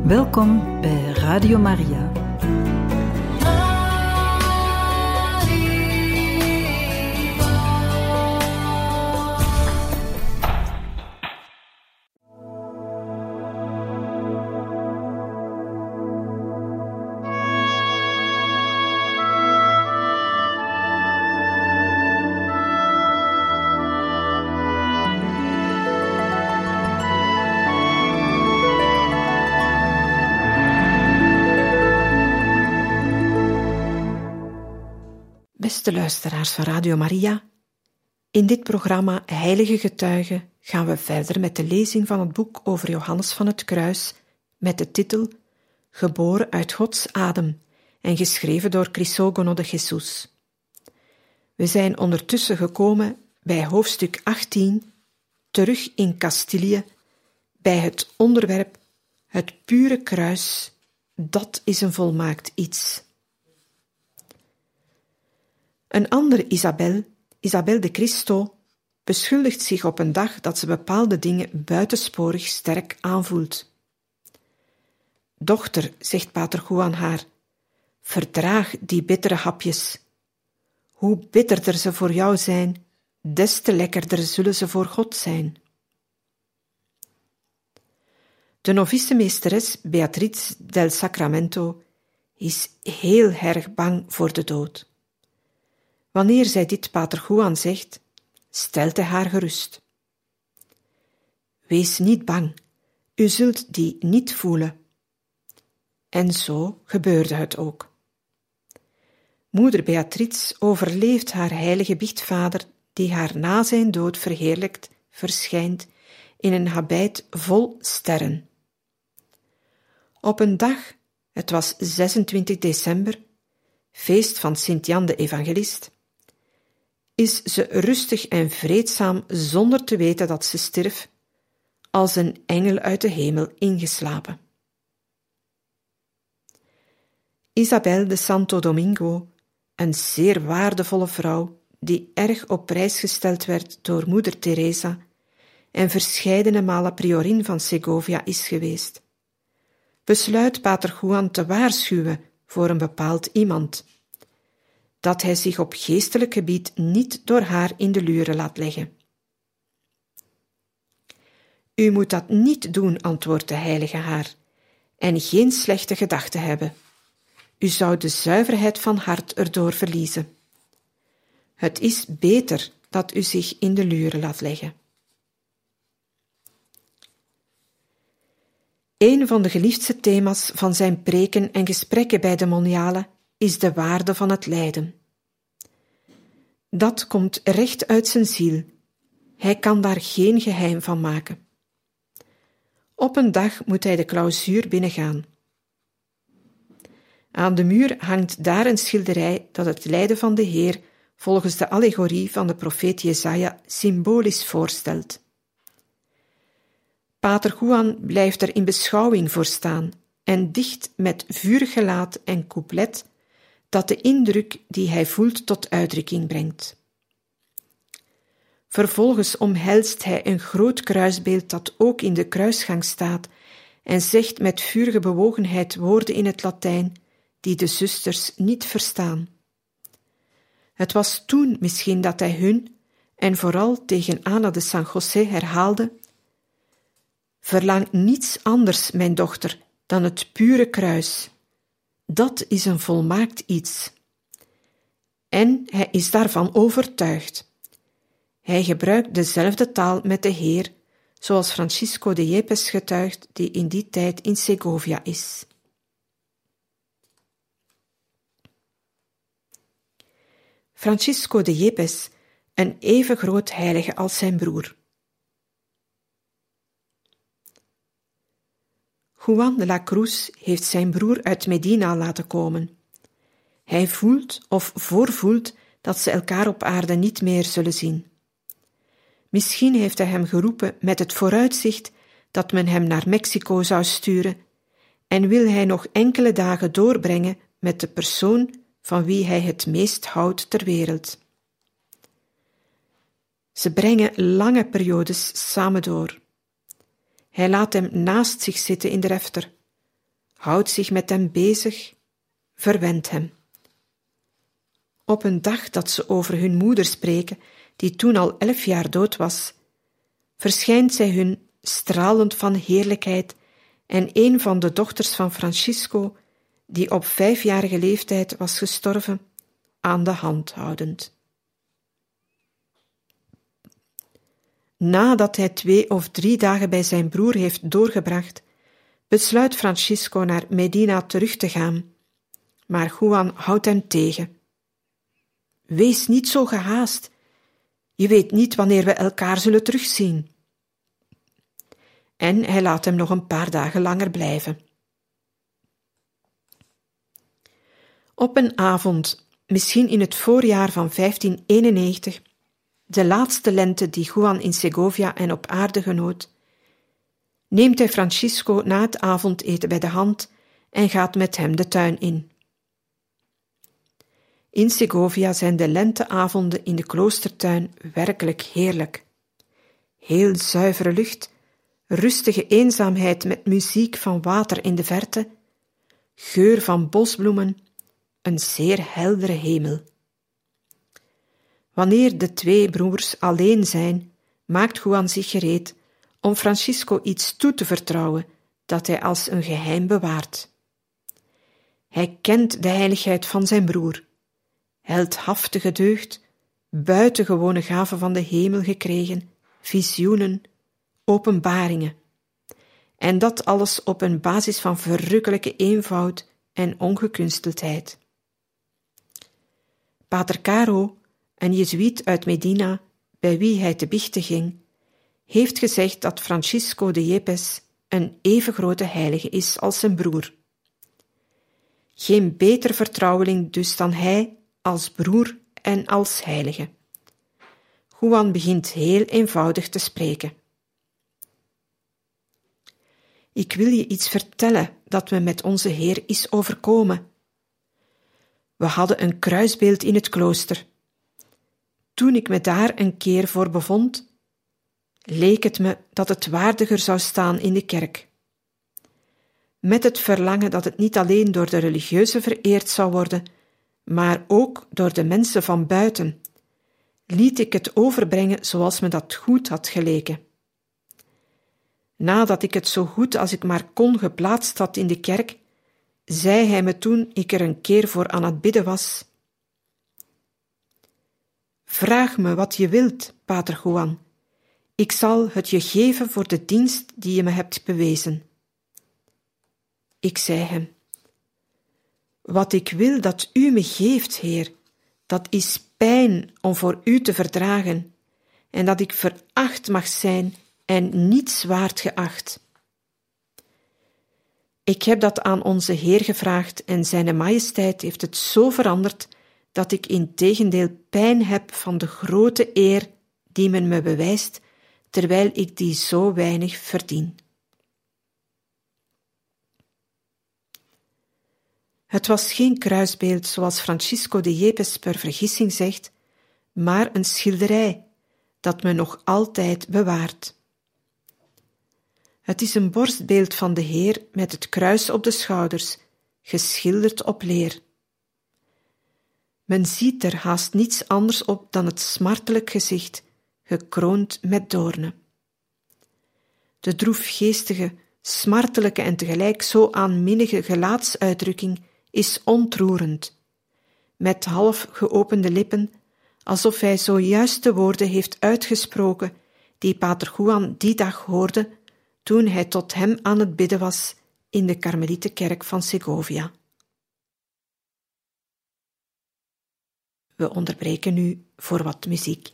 Welkom bij Radio Maria. Beste luisteraars van Radio Maria, in dit programma Heilige Getuigen gaan we verder met de lezing van het boek over Johannes van het Kruis met de titel Geboren uit Gods adem en geschreven door Crisógono de Jesús. We zijn ondertussen gekomen bij hoofdstuk 18, terug in Castilië, bij het onderwerp het pure kruis, dat is een volmaakt iets. Een andere Isabel de Cristo, beschuldigt zich op een dag dat ze bepaalde dingen buitensporig sterk aanvoelt. Dochter, zegt pater Juan haar, verdraag die bittere hapjes. Hoe bitterder ze voor jou zijn, des te lekkerder zullen ze voor God zijn. De novicemeesteres Beatriz del Sacramento is heel erg bang voor de dood. Wanneer zij dit pater Juan zegt, stelt hij haar gerust. Wees niet bang, u zult die niet voelen. En zo gebeurde het ook. Moeder Beatriz overleeft haar heilige biechtvader, die haar na zijn dood verheerlijkt, verschijnt in een habit vol sterren. Op een dag, het was 26 december, feest van Sint-Jan de Evangelist, is ze rustig en vreedzaam zonder te weten dat ze stierf, als een engel uit de hemel ingeslapen. Isabel de Santo Domingo, een zeer waardevolle vrouw die erg op prijs gesteld werd door moeder Teresa en verscheidene malen priorin van Segovia is geweest, besluit pater Juan te waarschuwen voor een bepaald iemand, dat hij zich op geestelijk gebied niet door haar in de luren laat leggen. U moet dat niet doen, antwoordt de heilige haar, en geen slechte gedachten hebben. U zou de zuiverheid van hart erdoor verliezen. Het is beter dat u zich in de luren laat leggen. Een van de geliefdste thema's van zijn preken en gesprekken bij de monialen is de waarde van het lijden. Dat komt recht uit zijn ziel. Hij kan daar geen geheim van maken. Op een dag moet hij de clausuur binnengaan. Aan de muur hangt daar een schilderij dat het lijden van de Heer volgens de allegorie van de profeet Jesaja symbolisch voorstelt. Pater Juan blijft er in beschouwing voor staan en dicht met vurig gelaat en couplet dat de indruk die hij voelt tot uitdrukking brengt. Vervolgens omhelst hij een groot kruisbeeld dat ook in de kruisgang staat en zegt met vurige bewogenheid woorden in het Latijn die de zusters niet verstaan. Het was toen misschien dat hij hun, en vooral tegen Ana de San José herhaalde: verlang niets anders, mijn dochter, dan het pure kruis. Dat is een volmaakt iets. En hij is daarvan overtuigd. Hij gebruikt dezelfde taal met de Heer, zoals Francisco de Yepes getuigt, die in die tijd in Segovia is. Francisco de Yepes, een even groot heilige als zijn broer. Juan de la Cruz heeft zijn broer uit Medina laten komen. Hij voelt of voorvoelt dat ze elkaar op aarde niet meer zullen zien. Misschien heeft hij hem geroepen met het vooruitzicht dat men hem naar Mexico zou sturen en wil hij nog enkele dagen doorbrengen met de persoon van wie hij het meest houdt ter wereld. Ze brengen lange periodes samen door. Hij laat hem naast zich zitten in de refter, houdt zich met hem bezig, verwendt hem. Op een dag dat ze over hun moeder spreken, die toen al 11 jaar dood was, verschijnt zij hun stralend van heerlijkheid en een van de dochters van Francisco, die op 5-jarige leeftijd was gestorven, aan de hand houdend. Nadat hij 2 of 3 dagen bij zijn broer heeft doorgebracht, besluit Francisco naar Medina terug te gaan, maar Juan houdt hem tegen. Wees niet zo gehaast. Je weet niet wanneer we elkaar zullen terugzien. En hij laat hem nog een paar dagen langer blijven. Op een avond, misschien in het voorjaar van 1591, de laatste lente die Juan in Segovia en op aarde genoot, neemt hij Francisco na het avondeten bij de hand en gaat met hem de tuin in. In Segovia zijn de lenteavonden in de kloostertuin werkelijk heerlijk. Heel zuivere lucht, rustige eenzaamheid met muziek van water in de verte, geur van bosbloemen, een zeer heldere hemel. Wanneer de 2 broers alleen zijn, maakt Juan zich gereed om Francisco iets toe te vertrouwen dat hij als een geheim bewaart. Hij kent de heiligheid van zijn broer, heldhaftige deugd, buitengewone gaven van de hemel gekregen, visioenen, openbaringen. En dat alles op een basis van verrukkelijke eenvoud en ongekunsteldheid. Pater Caro, een jezuïet uit Medina, bij wie hij te biechten ging, heeft gezegd dat Francisco de Yepes een even grote heilige is als zijn broer. Geen beter vertrouweling dus dan hij als broer en als heilige. Juan begint heel eenvoudig te spreken. Ik wil je iets vertellen dat me met onze Heer is overkomen. We hadden een kruisbeeld in het klooster. Toen ik me daar een keer voor bevond, leek het me dat het waardiger zou staan in de kerk. Met het verlangen dat het niet alleen door de religieuzen vereerd zou worden, maar ook door de mensen van buiten, liet ik het overbrengen zoals me dat goed had geleken. Nadat ik het zo goed als ik maar kon geplaatst had in de kerk, zei hij me toen ik er een keer voor aan het bidden was: Vraag me wat je wilt, Pater Juan. Ik zal het je geven voor de dienst die je me hebt bewezen. Ik zei hem: Wat ik wil dat u me geeft, Heer, dat is pijn om voor u te verdragen, en dat ik veracht mag zijn en niets waard geacht. Ik heb dat aan onze Heer gevraagd en Zijne Majesteit heeft het zo veranderd dat ik integendeel pijn heb van de grote eer die men me bewijst, terwijl ik die zo weinig verdien. Het was geen kruisbeeld zoals Francisco de Yepes per vergissing zegt, maar een schilderij dat men nog altijd bewaart. Het is een borstbeeld van de Heer met het kruis op de schouders, geschilderd op leer. Men ziet er haast niets anders op dan het smartelijk gezicht, gekroond met doornen. De droefgeestige, smartelijke en tegelijk zo aanminnige gelaatsuitdrukking is ontroerend, met half geopende lippen, alsof hij zojuist de woorden heeft uitgesproken die Pater Juan die dag hoorde toen hij tot hem aan het bidden was in de Karmelietenkerk van Segovia. We onderbreken nu voor wat muziek.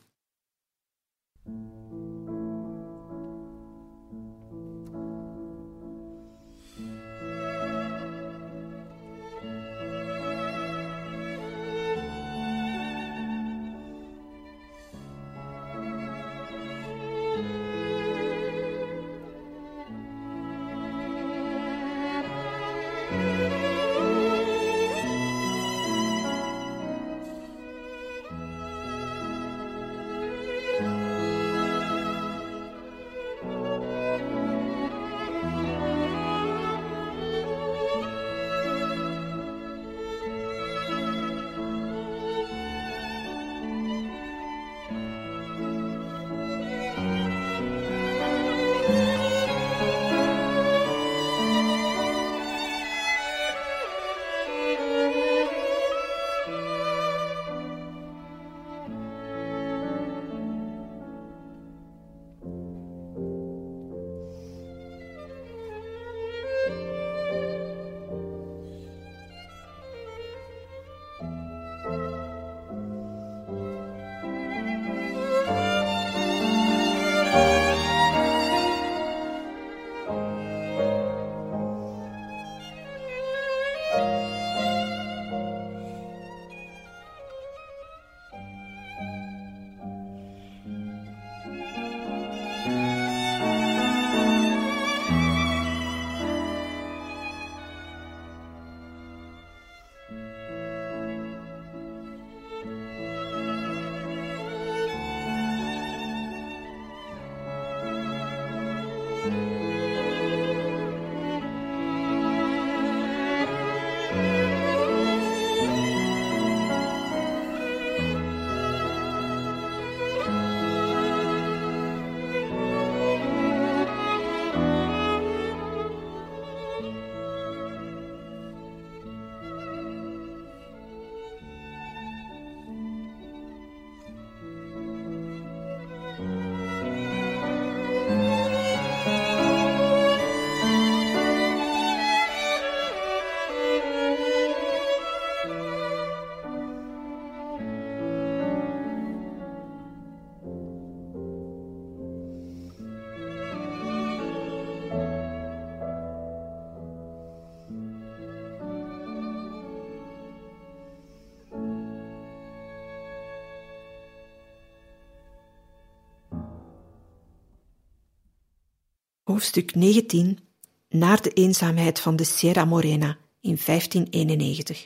Hoofdstuk 19, naar de eenzaamheid van de Sierra Morena in 1591.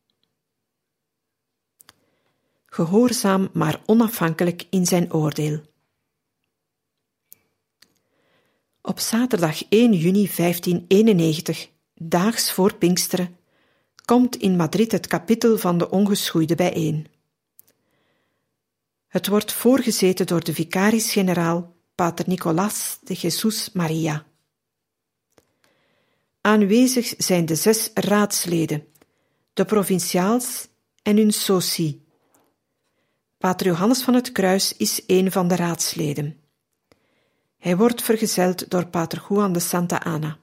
Gehoorzaam maar onafhankelijk in zijn oordeel. Op zaterdag 1 juni 1591, daags voor Pinksteren, komt in Madrid het kapittel van de ongeschoeide bijeen. Het wordt voorgezeten door de vicaris-generaal Pater Nicolás de Jesús María. Aanwezig zijn de 6 raadsleden, de provinciaals en hun soci. Pater Johannes van het Kruis is een van de raadsleden. Hij wordt vergezeld door Pater Juan de Santa Ana.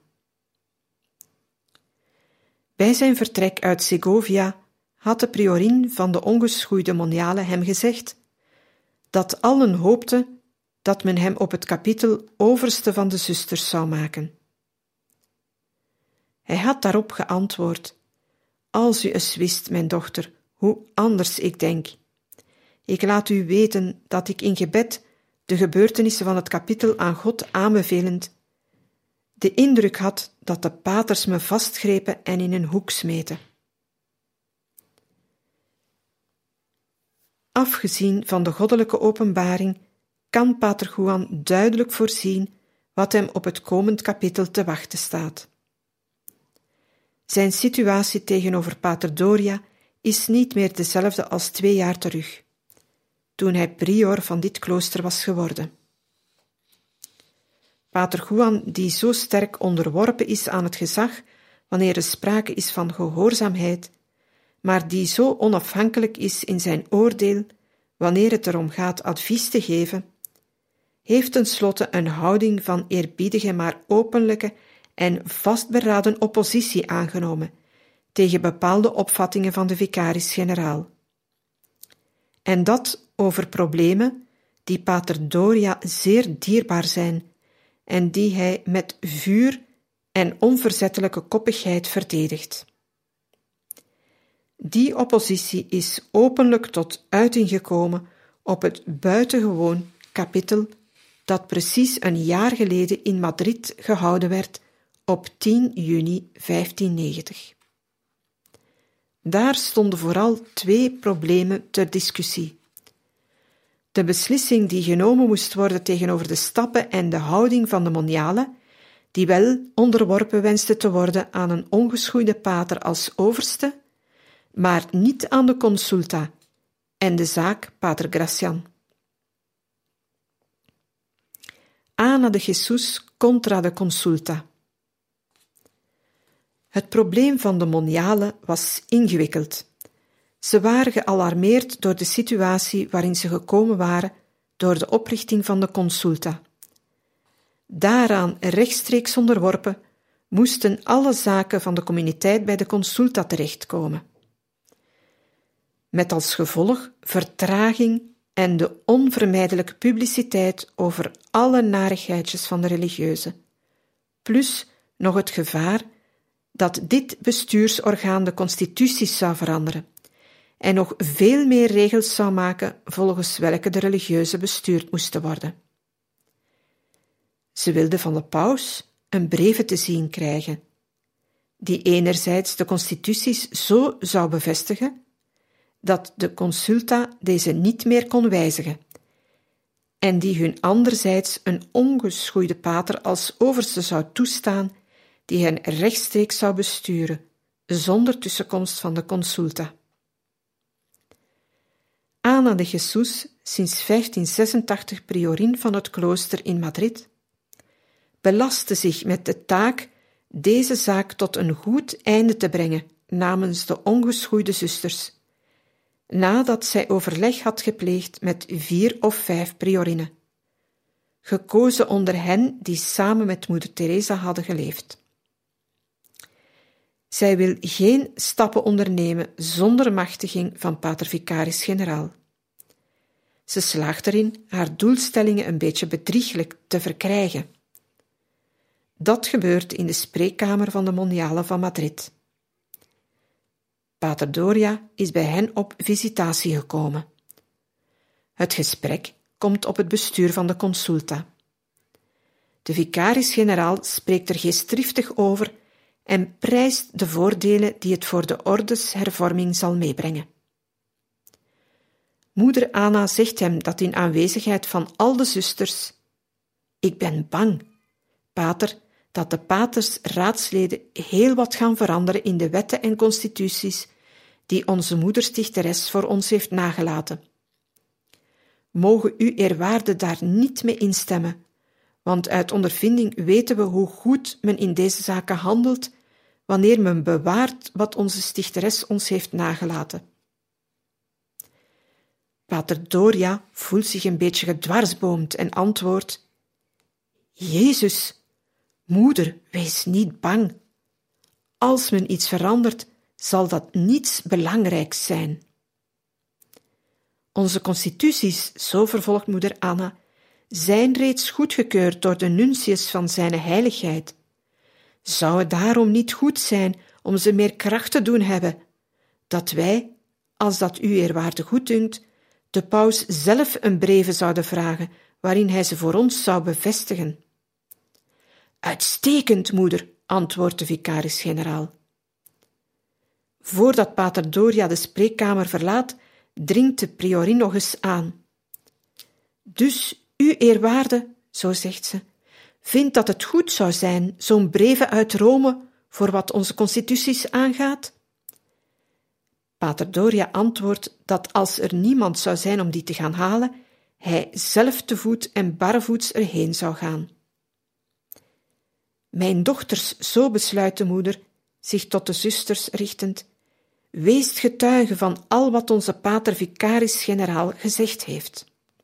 Bij zijn vertrek uit Segovia had de priorin van de ongeschoeide moniale hem gezegd dat allen hoopten dat men hem op het kapittel overste van de zusters zou maken. Hij had daarop geantwoord: als u eens wist, mijn dochter, hoe anders ik denk. Ik laat u weten dat ik in gebed de gebeurtenissen van het kapittel aan God aanbevelend de indruk had dat de paters me vastgrepen en in een hoek smeten. Afgezien van de goddelijke openbaring kan Pater Juan duidelijk voorzien wat hem op het komend kapittel te wachten staat. Zijn situatie tegenover Pater Doria is niet meer dezelfde als 2 jaar terug, toen hij prior van dit klooster was geworden. Pater Juan, die zo sterk onderworpen is aan het gezag wanneer er sprake is van gehoorzaamheid, maar die zo onafhankelijk is in zijn oordeel wanneer het erom gaat advies te geven, heeft tenslotte een houding van eerbiedige maar openlijke en vastberaden oppositie aangenomen tegen bepaalde opvattingen van de vicaris-generaal. En dat over problemen die Pater Doria zeer dierbaar zijn en die hij met vuur en onverzettelijke koppigheid verdedigt. Die oppositie is openlijk tot uiting gekomen op het buitengewoon kapittel dat precies een jaar geleden in Madrid gehouden werd op 10 juni 1590. Daar stonden vooral 2 problemen ter discussie. De beslissing die genomen moest worden tegenover de stappen en de houding van de moniale, die wel onderworpen wenste te worden aan een ongeschoeide pater als overste, maar niet aan de consulta en de zaak Pater Gracian. Ana de Jesús contra de consulta. Het probleem van de moniale was ingewikkeld. Ze waren gealarmeerd door de situatie waarin ze gekomen waren door de oprichting van de consulta. Daaraan rechtstreeks onderworpen moesten alle zaken van de communiteit bij de consulta terechtkomen. Met als gevolg vertraging en de onvermijdelijke publiciteit over alle narigheidjes van de religieuzen, plus nog het gevaar dat dit bestuursorgaan de constituties zou veranderen en nog veel meer regels zou maken volgens welke de religieuzen bestuurd moesten worden. Ze wilden van de paus een breve te zien krijgen, die enerzijds de constituties zo zou bevestigen dat de consulta deze niet meer kon wijzigen, en die hun anderzijds een ongeschoeide pater als overste zou toestaan, die hen rechtstreeks zou besturen, zonder tussenkomst van de consulta. Ana de Jesus, sinds 1586 priorin van het klooster in Madrid, belastte zich met de taak deze zaak tot een goed einde te brengen namens de ongeschoeide zusters, nadat zij overleg had gepleegd met 4 of 5 priorinnen, gekozen onder hen die samen met moeder Teresa hadden geleefd. Zij wil geen stappen ondernemen zonder machtiging van pater vicaris-generaal. Ze slaagt erin haar doelstellingen een beetje bedrieglijk te verkrijgen. Dat gebeurt in de spreekkamer van de Monialen van Madrid. Pater Doria is bij hen op visitatie gekomen. Het gesprek komt op het bestuur van de consulta. De vicaris-generaal spreekt er geestdriftig over en prijst de voordelen die het voor de ordeshervorming zal meebrengen. Moeder Ana zegt hem dat in aanwezigheid van al de zusters: "Ik ben bang, pater, dat de paters raadsleden heel wat gaan veranderen in de wetten en constituties die onze moederstichteres voor ons heeft nagelaten. Mogen u eerwaarde daar niet mee instemmen, want uit ondervinding weten we hoe goed men in deze zaken handelt wanneer men bewaart wat onze stichteres ons heeft nagelaten." Pater Doria voelt zich een beetje gedwarsboomd en antwoordt: "Jezus, moeder, wees niet bang. Als men iets verandert, zal dat niets belangrijks zijn. Onze constituties, zo vervolgt moeder Anna, zijn reeds goedgekeurd door de nuntius van zijne heiligheid. Zou het daarom niet goed zijn om ze meer kracht te doen hebben, dat wij, als dat u eerwaarde goeddunkt, de paus zelf een breve zouden vragen, waarin hij ze voor ons zou bevestigen?" "Uitstekend, moeder," antwoordt de vicaris-generaal. Voordat pater Doria de spreekkamer verlaat, dringt de priorin nog eens aan. "Dus, u eerwaarde," zo zegt ze, "vindt dat het goed zou zijn zo'n breve uit Rome voor wat onze constituties aangaat?" Pater Doria antwoordt dat als er niemand zou zijn om die te gaan halen, hij zelf te voet en barrevoets erheen zou gaan. "Mijn dochters," zo besluit de moeder, zich tot de zusters richtend, "weest getuige van al wat onze pater vicaris-generaal gezegd heeft."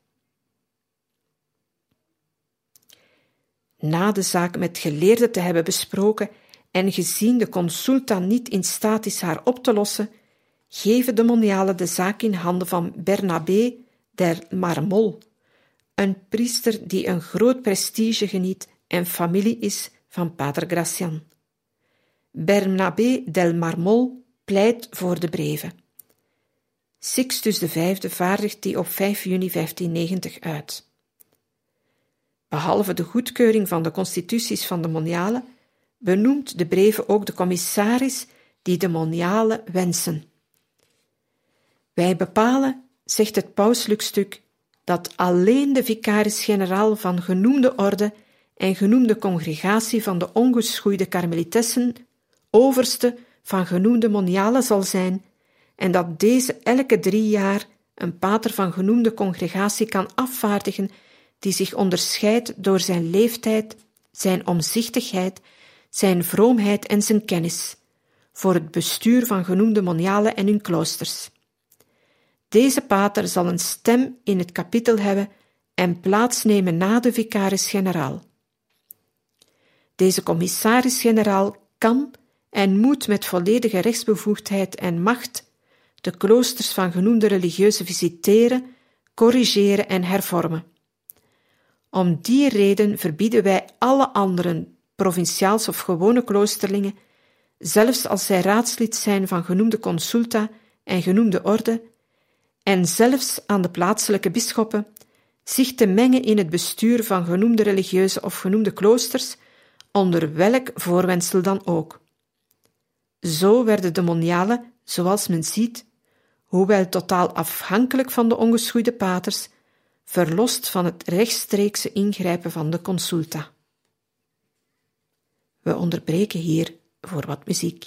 Na de zaak met geleerden te hebben besproken en gezien de consulta niet in staat is haar op te lossen, geven de monialen de zaak in handen van Bernabé del Marmol, een priester die een groot prestige geniet en familie is van pater Gracian. Bernabé del Marmol pleit voor de breve. Sixtus V vaardigt die op 5 juni 1590 uit. Behalve de goedkeuring van de constituties van de monialen, benoemt de breve ook de commissaris die de monialen wensen. "Wij bepalen," zegt het pauselijk stuk, "dat alleen de vicaris-generaal van genoemde orde en genoemde congregatie van de ongeschoeide karmelitessen overste van genoemde monialen zal zijn en dat deze elke 3 jaar een pater van genoemde congregatie kan afvaardigen die zich onderscheidt door zijn leeftijd, zijn omzichtigheid, zijn vroomheid en zijn kennis, voor het bestuur van genoemde monialen en hun kloosters. Deze pater zal een stem in het kapittel hebben en plaatsnemen na de vicaris-generaal. Deze commissaris-generaal kan en moet met volledige rechtsbevoegdheid en macht de kloosters van genoemde religieuzen visiteren, corrigeren en hervormen. Om die reden verbieden wij alle anderen, provinciaals of gewone kloosterlingen, zelfs als zij raadslid zijn van genoemde consulta en genoemde orde, en zelfs aan de plaatselijke bisschoppen, zich te mengen in het bestuur van genoemde religieuze of genoemde kloosters, onder welk voorwendsel dan ook. Zo werden de monialen, zoals men ziet, hoewel totaal afhankelijk van de ongeschoeide paters, verlost van het rechtstreekse ingrijpen van de consulta. We onderbreken hier voor wat muziek.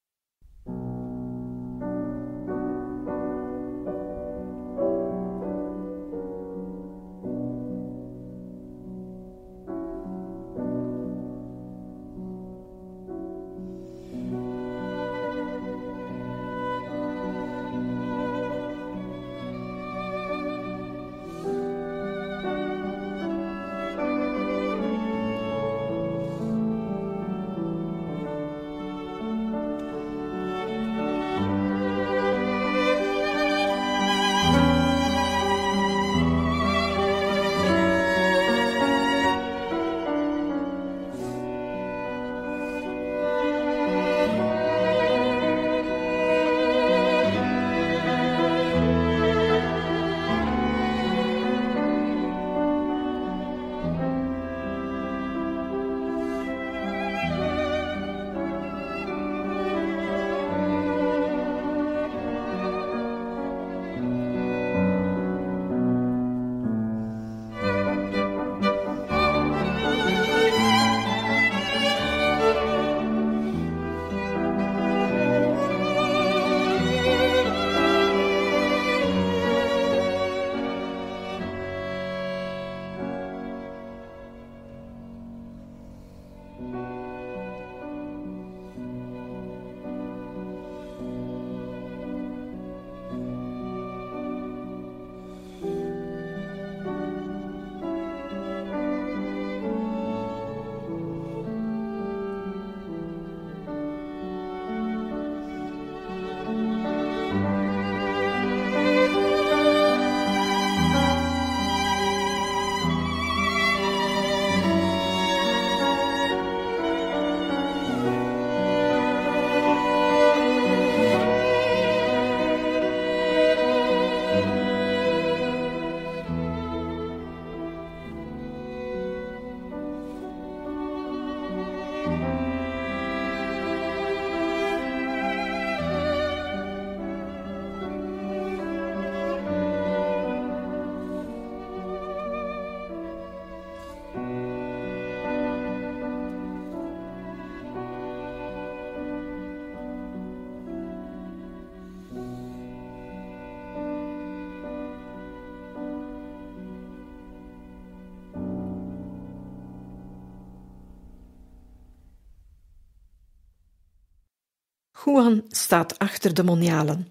Juan staat achter de monialen.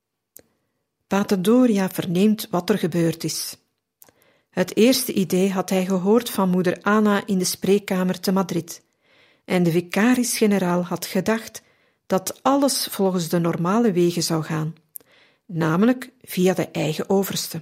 Pater Doria verneemt wat er gebeurd is. Het eerste idee had hij gehoord van moeder Anna in de spreekkamer te Madrid, en de vicaris-generaal had gedacht dat alles volgens de normale wegen zou gaan, namelijk via de eigen overste.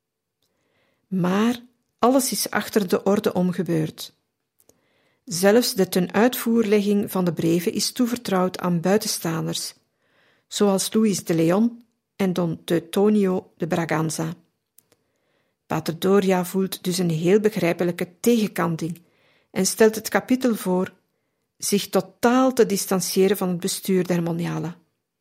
Maar alles is achter de orde omgebeurd. Zelfs de tenuitvoerlegging van de brieven is toevertrouwd aan buitenstaanders, zoals Luis de Leon en Don Teutonio de Braganza. Pater Doria voelt dus een heel begrijpelijke tegenkanting en stelt het kapittel voor zich totaal te distancieren van het bestuur der monialen.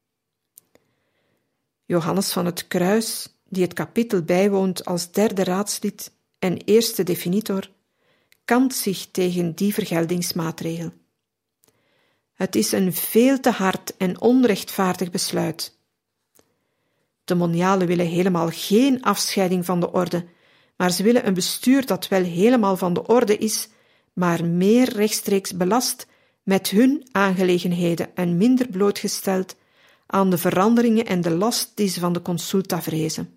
Johannes van het Kruis, die het kapittel bijwoont als derde raadslid en eerste definitor, kant zich tegen die vergeldingsmaatregel. Het is een veel te hard en onrechtvaardig besluit. De monialen willen helemaal geen afscheiding van de orde, maar ze willen een bestuur dat wel helemaal van de orde is, maar meer rechtstreeks belast met hun aangelegenheden en minder blootgesteld aan de veranderingen en de last die ze van de consulta vrezen.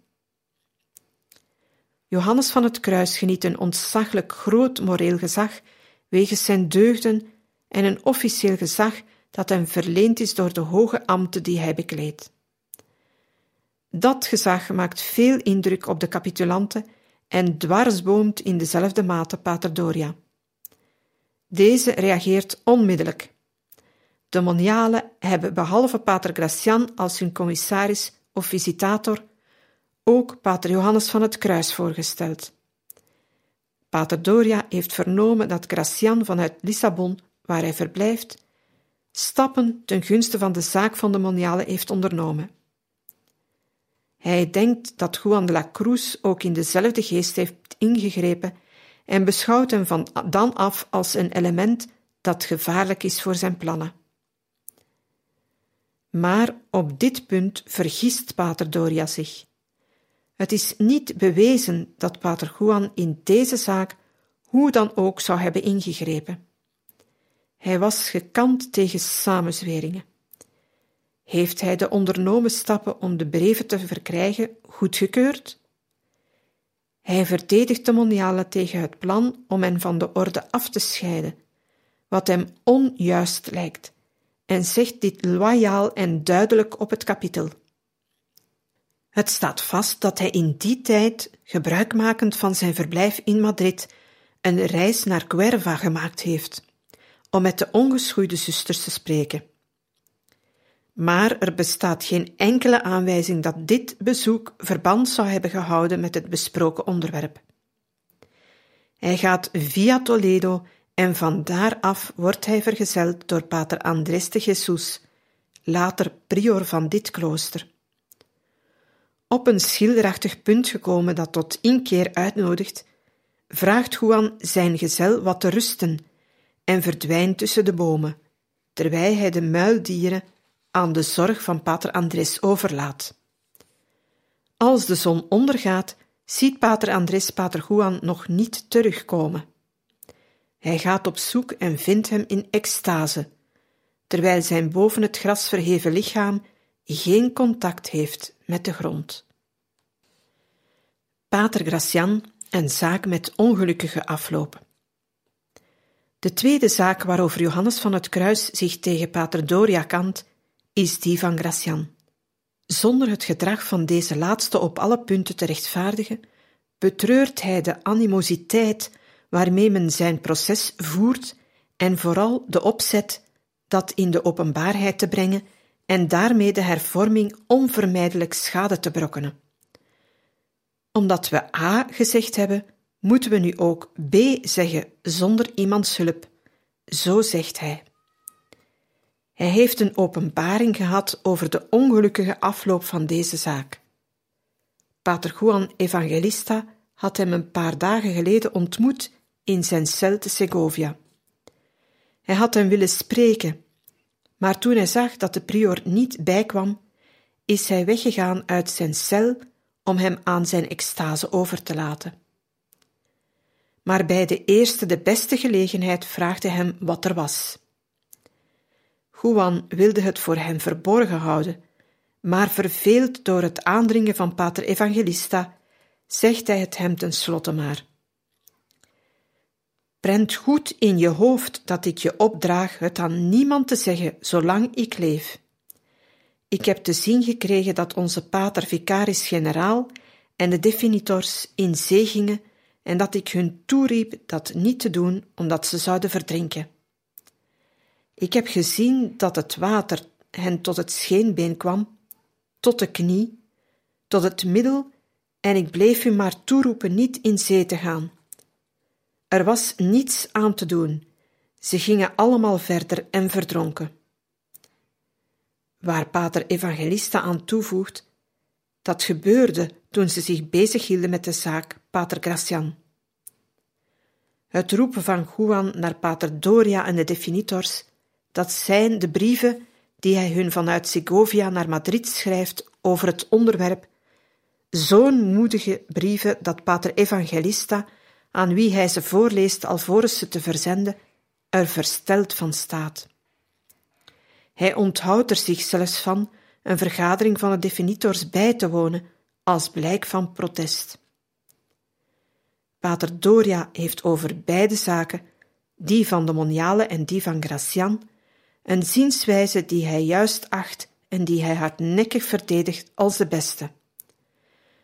Johannes van het Kruis geniet een ontzaglijk groot moreel gezag wegens zijn deugden en een officieel gezag dat hem verleend is door de hoge ambten die hij bekleedt. Dat gezag maakt veel indruk op de capitulanten en dwarsboomt in dezelfde mate pater Doria. Deze reageert onmiddellijk. De monialen hebben behalve pater Gracian als hun commissaris of visitator ook pater Johannes van het Kruis voorgesteld. Pater Doria heeft vernomen dat Gracian vanuit Lissabon, waar hij verblijft, stappen ten gunste van de zaak van de monialen heeft ondernomen. Hij denkt dat Juan de la Cruz ook in dezelfde geest heeft ingegrepen en beschouwt hem van dan af als een element dat gevaarlijk is voor zijn plannen. Maar op dit punt vergist pater Doria zich. Het is niet bewezen dat pater Juan in deze zaak hoe dan ook zou hebben ingegrepen. Hij was gekant tegen samenzweringen. Heeft hij de ondernomen stappen om de brieven te verkrijgen goedgekeurd? Hij verdedigt de monialen tegen het plan om hen van de orde af te scheiden, wat hem onjuist lijkt, en zegt dit loyaal en duidelijk op het kapittel. Het staat vast dat hij in die tijd, gebruikmakend van zijn verblijf in Madrid, een reis naar Cuerva gemaakt heeft, om met de ongeschoeide zusters te spreken. Maar er bestaat geen enkele aanwijzing dat dit bezoek verband zou hebben gehouden met het besproken onderwerp. Hij gaat via Toledo en van daaraf wordt hij vergezeld door pater Andrés de Jesús, later prior van dit klooster. Op een schilderachtig punt gekomen dat tot inkeer uitnodigt, vraagt Juan zijn gezel wat te rusten en verdwijnt tussen de bomen, terwijl hij de muildieren aan de zorg van pater Andrés overlaat. Als de zon ondergaat, ziet pater Andrés pater Juan nog niet terugkomen. Hij gaat op zoek en vindt hem in extase, terwijl zijn boven het gras verheven lichaam geen contact heeft met de grond. Pater Gracian, een zaak met ongelukkige afloop. De tweede zaak waarover Johannes van het Kruis zich tegen pater Doria kandt, is die van Gracian. Zonder het gedrag van deze laatste op alle punten te rechtvaardigen, betreurt hij de animositeit waarmee men zijn proces voert en vooral de opzet dat in de openbaarheid te brengen en daarmee de hervorming onvermijdelijk schade te berokkenen. Omdat we A gezegd hebben, moeten we nu ook B zeggen zonder iemands hulp. Zo zegt hij. Hij heeft een openbaring gehad over de ongelukkige afloop van deze zaak. Pater Juan Evangelista had hem een paar dagen geleden ontmoet in zijn cel te Segovia. Hij had hem willen spreken, maar toen hij zag dat de prior niet bijkwam, is hij weggegaan uit zijn cel om hem aan zijn extase over te laten. Maar bij de eerste de beste gelegenheid vraagt hij hem wat er was. Juan wilde het voor hem verborgen houden, maar verveeld door het aandringen van pater Evangelista, zegt hij het hem tenslotte maar. Prent goed in je hoofd dat ik je opdraag het aan niemand te zeggen zolang ik leef. Ik heb te zien gekregen dat onze pater vicaris-generaal en de definitors in zee gingen en dat ik hun toeriep dat niet te doen omdat ze zouden verdrinken. Ik heb gezien dat het water hen tot het scheenbeen kwam, tot de knie, tot het middel, en ik bleef u maar toeroepen niet in zee te gaan. Er was niets aan te doen. Ze gingen allemaal verder en verdronken. Waar pater Evangelista aan toevoegt, dat gebeurde toen ze zich bezighielden met de zaak pater Gracian. Het roepen van Juan naar pater Doria en de definitors, dat zijn de brieven die hij hun vanuit Segovia naar Madrid schrijft over het onderwerp, zo'n moedige brieven dat pater Evangelista, aan wie hij ze voorleest alvorens ze te verzenden, er versteld van staat. Hij onthoudt er zich zelfs van een vergadering van de definitors bij te wonen, als blijk van protest. Pater Doria heeft over beide zaken, die van de monialen en die van Gracian, een zienswijze die hij juist acht en die hij hardnekkig verdedigt als de beste.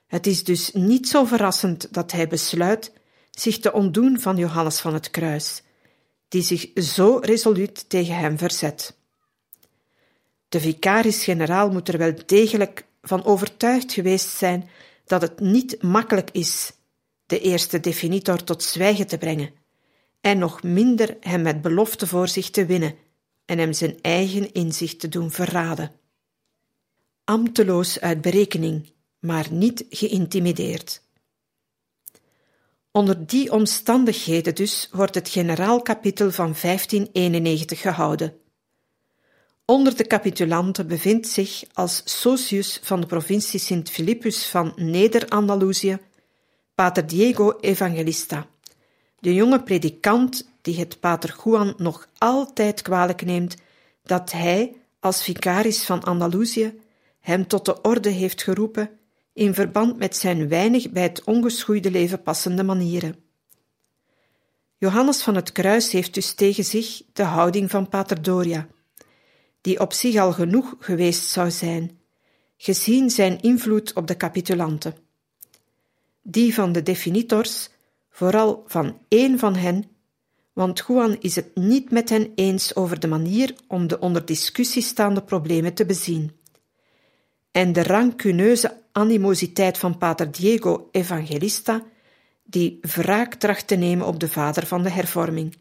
Het is dus niet zo verrassend dat hij besluit zich te ontdoen van Johannes van het Kruis, die zich zo resoluut tegen hem verzet. De vicaris-generaal moet er wel degelijk van overtuigd geweest zijn dat het niet makkelijk is de eerste definitor tot zwijgen te brengen, en nog minder hem met belofte voor zich te winnen en hem zijn eigen inzicht te doen verraden. Ambteloos uit berekening, maar niet geïntimideerd. Onder die omstandigheden dus wordt het generaalkapitel van 1591 gehouden. Onder de capitulanten bevindt zich als socius van de provincie Sint Philippus van Neder-Andalusië pater Diego Evangelista, de jonge predikant die het pater Juan nog altijd kwalijk neemt dat hij, als vicaris van Andalusië, hem tot de orde heeft geroepen in verband met zijn weinig bij het ongeschoeide leven passende manieren. Johannes van het Kruis heeft dus tegen zich de houding van pater Doria, die op zich al genoeg geweest zou zijn, gezien zijn invloed op de capitulanten. Die van de definitors, vooral van één van hen, want Juan is het niet met hen eens over de manier om de onder discussie staande problemen te bezien. En de rancuneuze animositeit van pater Diego Evangelista, die wraak tracht te nemen op de vader van de hervorming.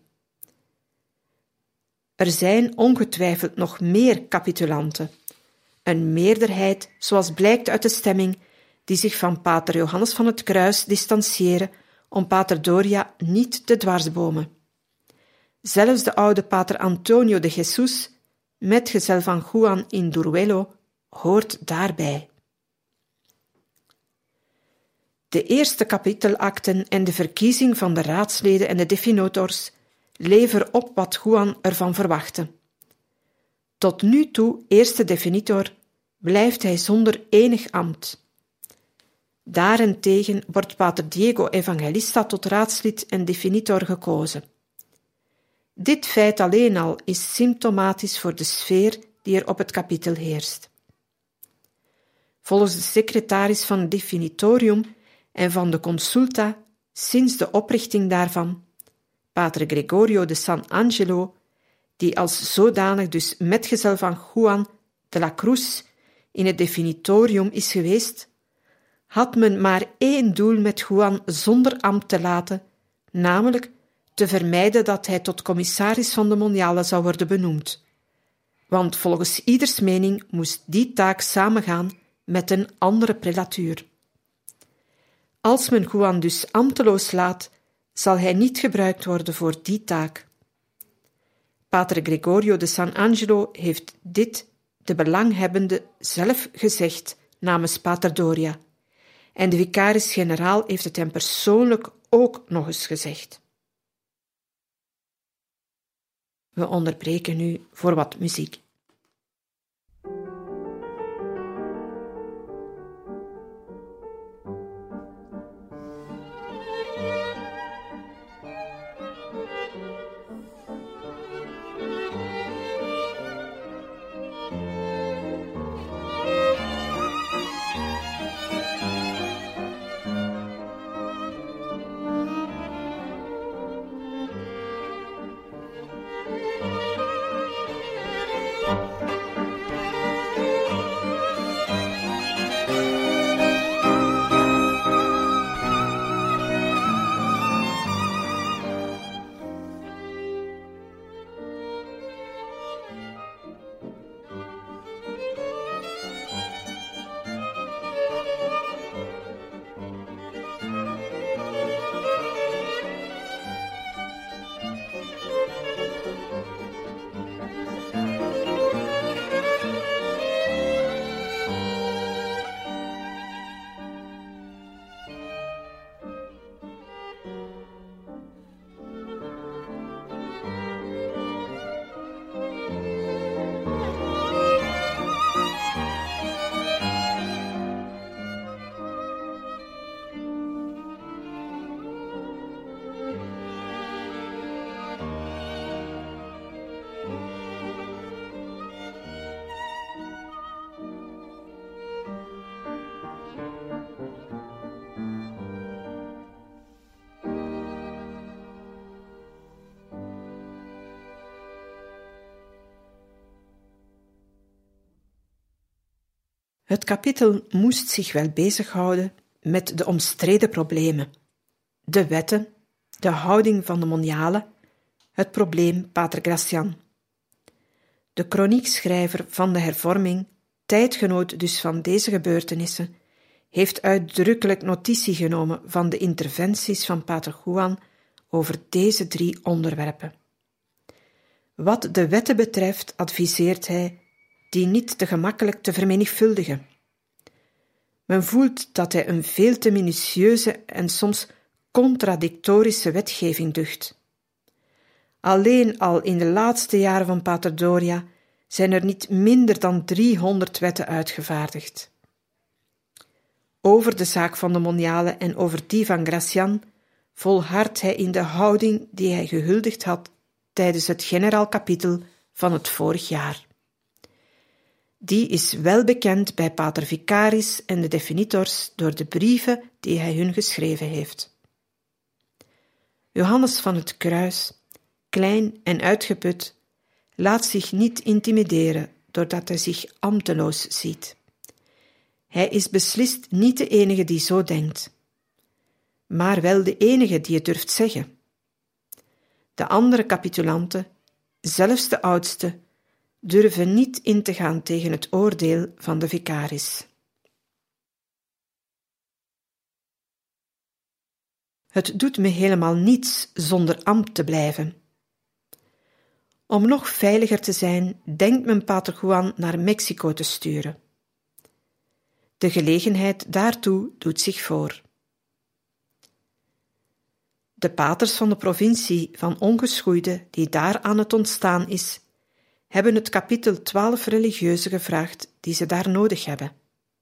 Er zijn ongetwijfeld nog meer capitulanten, een meerderheid, zoals blijkt uit de stemming, die zich van pater Johannes van het Kruis distancieren om pater Doria niet te dwarsbomen. Zelfs de oude pater Antonio de Jesus, metgezel van Juan in Duruelo, hoort daarbij. De eerste kapitelakten en de verkiezing van de raadsleden en de definitors leveren op wat Juan ervan verwachtte. Tot nu toe eerste definitor blijft hij zonder enig ambt. Daarentegen wordt pater Diego Evangelista tot raadslid en definitor gekozen. Dit feit alleen al is symptomatisch voor de sfeer die er op het kapitel heerst. Volgens de secretaris van het definitorium en van de consulta sinds de oprichting daarvan, pater Gregorio de San Angelo, die als zodanig dus metgezel van Juan de la Cruz in het definitorium is geweest, had men maar één doel met Juan zonder ambt te laten, namelijk te vermijden dat hij tot commissaris van de moniale zou worden benoemd. Want volgens ieders mening moest die taak samengaan met een andere prelatuur. Als men Juan dus ambteloos laat, zal hij niet gebruikt worden voor die taak. Pater Gregorio de San Angelo heeft dit de belanghebbende zelf gezegd namens pater Doria, en de vicaris-generaal heeft het hem persoonlijk ook nog eens gezegd. We onderbreken nu voor wat muziek. Het kapittel moest zich wel bezighouden met de omstreden problemen, de wetten, de houding van de monialen, het probleem Pater Gracian. De kroniekschrijver van de hervorming, tijdgenoot dus van deze gebeurtenissen, heeft uitdrukkelijk notitie genomen van de interventies van Pater Juan over deze 3 onderwerpen. Wat de wetten betreft adviseert hij die niet te gemakkelijk te vermenigvuldigen. Men voelt dat hij een veel te minutieuze en soms contradictorische wetgeving ducht. Alleen al in de laatste jaren van Pater Doria zijn er niet minder dan 300 wetten uitgevaardigd. Over de zaak van de monialen en over die van Gracian volhardt hij in de houding die hij gehuldigd had tijdens het generaal kapitel van het vorig jaar. Die is wel bekend bij Pater Vicaris en de definitors door de brieven die hij hun geschreven heeft. Johannes van het Kruis, klein en uitgeput, laat zich niet intimideren doordat hij zich ambteloos ziet. Hij is beslist niet de enige die zo denkt, maar wel de enige die het durft zeggen. De andere capitulanten, zelfs de oudste, durven niet in te gaan tegen het oordeel van de vicaris. Het doet me helemaal niets zonder ambt te blijven. Om nog veiliger te zijn, denkt men Pater Juan naar Mexico te sturen. De gelegenheid daartoe doet zich voor. De paters van de provincie van ongeschoeide, die daar aan het ontstaan is, hebben het kapittel 12 religieuzen gevraagd die ze daar nodig hebben.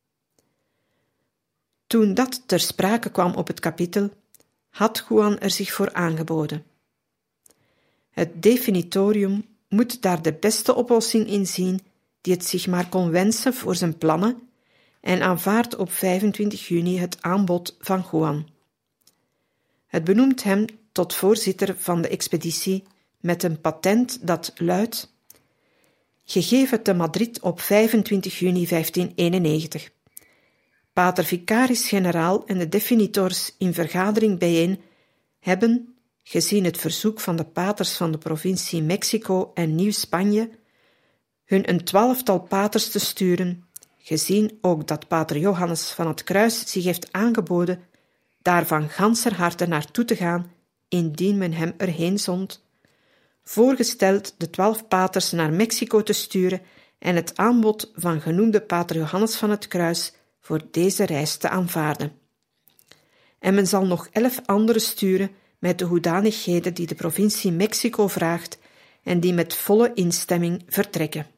Toen dat ter sprake kwam op het kapittel, had Juan er zich voor aangeboden. Het definitorium moet daar de beste oplossing in zien die het zich maar kon wensen voor zijn plannen en aanvaardt op 25 juni het aanbod van Juan. Het benoemt hem tot voorzitter van de expeditie met een patent dat luidt: gegeven te Madrid op 25 juni 1591. Pater Vicaris-generaal en de definitors in vergadering bijeen hebben, gezien het verzoek van de paters van de provincie Mexico en Nieuw-Spanje, hun een 12-tal paters te sturen, gezien ook dat Pater Johannes van het Kruis zich heeft aangeboden daar van ganser harte naartoe te gaan, indien men hem erheen zond, voorgesteld de 12 paters naar Mexico te sturen en het aanbod van genoemde Pater Johannes van het Kruis voor deze reis te aanvaarden. En men zal nog 11 anderen sturen met de hoedanigheden die de provincie Mexico vraagt en die met volle instemming vertrekken.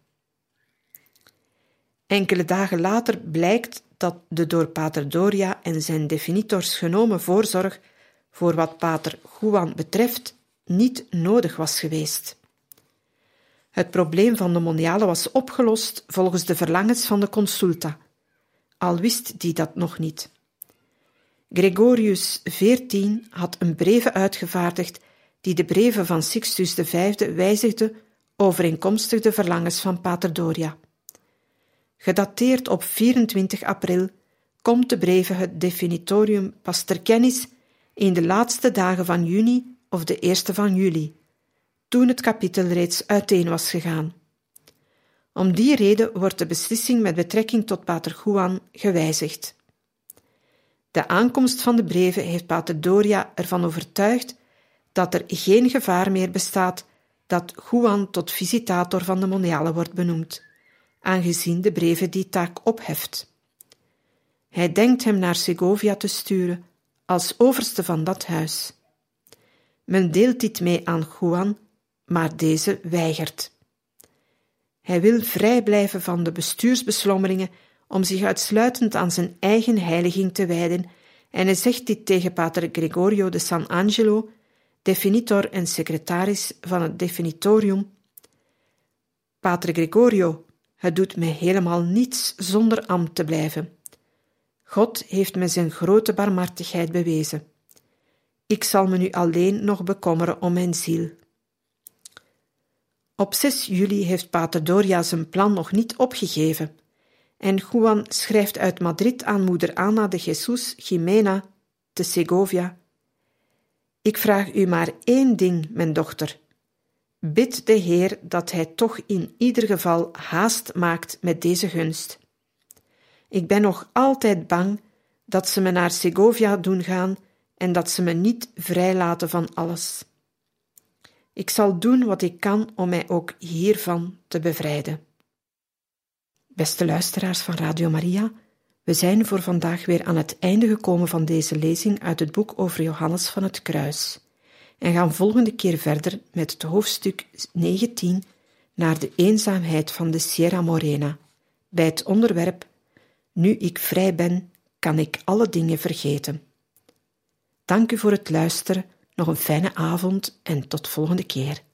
Enkele dagen later blijkt dat de door Pater Doria en zijn definitors genomen voorzorg voor wat Pater Juan betreft niet nodig was geweest. Het probleem van de monialen was opgelost volgens de verlangens van de consulta, al wist die dat nog niet. Gregorius XIV had een breve uitgevaardigd die de brieven van Sixtus V wijzigde overeenkomstig de verlangens van Pater Doria. Gedateerd op 24 april komt de breve het definitorium pas ter kennis in de laatste dagen van juni of de eerste van juli, toen het kapittel reeds uiteen was gegaan. Om die reden wordt de beslissing met betrekking tot Pater Juan gewijzigd. De aankomst van de brieven heeft Pater Doria ervan overtuigd dat er geen gevaar meer bestaat dat Juan tot visitator van de monialen wordt benoemd, aangezien de brieven die taak opheft. Hij denkt hem naar Segovia te sturen als overste van dat huis. Men deelt dit mee aan Juan, maar deze weigert. Hij wil vrij blijven van de bestuursbeslommeringen om zich uitsluitend aan zijn eigen heiliging te wijden en hij zegt dit tegen Pater Gregorio de San Angelo, definitor en secretaris van het definitorium. Pater Gregorio, het doet mij helemaal niets zonder ambt te blijven. God heeft me zijn grote barmhartigheid bewezen. Ik zal me nu alleen nog bekommeren om mijn ziel. Op 6 juli heeft Pater Doria zijn plan nog niet opgegeven en Juan schrijft uit Madrid aan moeder Ana de Jesus Jimena te Segovia: Ik vraag u maar 1 ding, mijn dochter. Bid de Heer dat hij toch in ieder geval haast maakt met deze gunst. Ik ben nog altijd bang dat ze me naar Segovia doen gaan en dat ze me niet vrijlaten van alles. Ik zal doen wat ik kan om mij ook hiervan te bevrijden. Beste luisteraars van Radio Maria, we zijn voor vandaag weer aan het einde gekomen van deze lezing uit het boek over Johannes van het Kruis en gaan volgende keer verder met het hoofdstuk 19 naar de eenzaamheid van de Sierra Morena, bij het onderwerp Nu ik vrij ben, kan ik alle dingen vergeten. Dank u voor het luisteren, nog een fijne avond en tot volgende keer.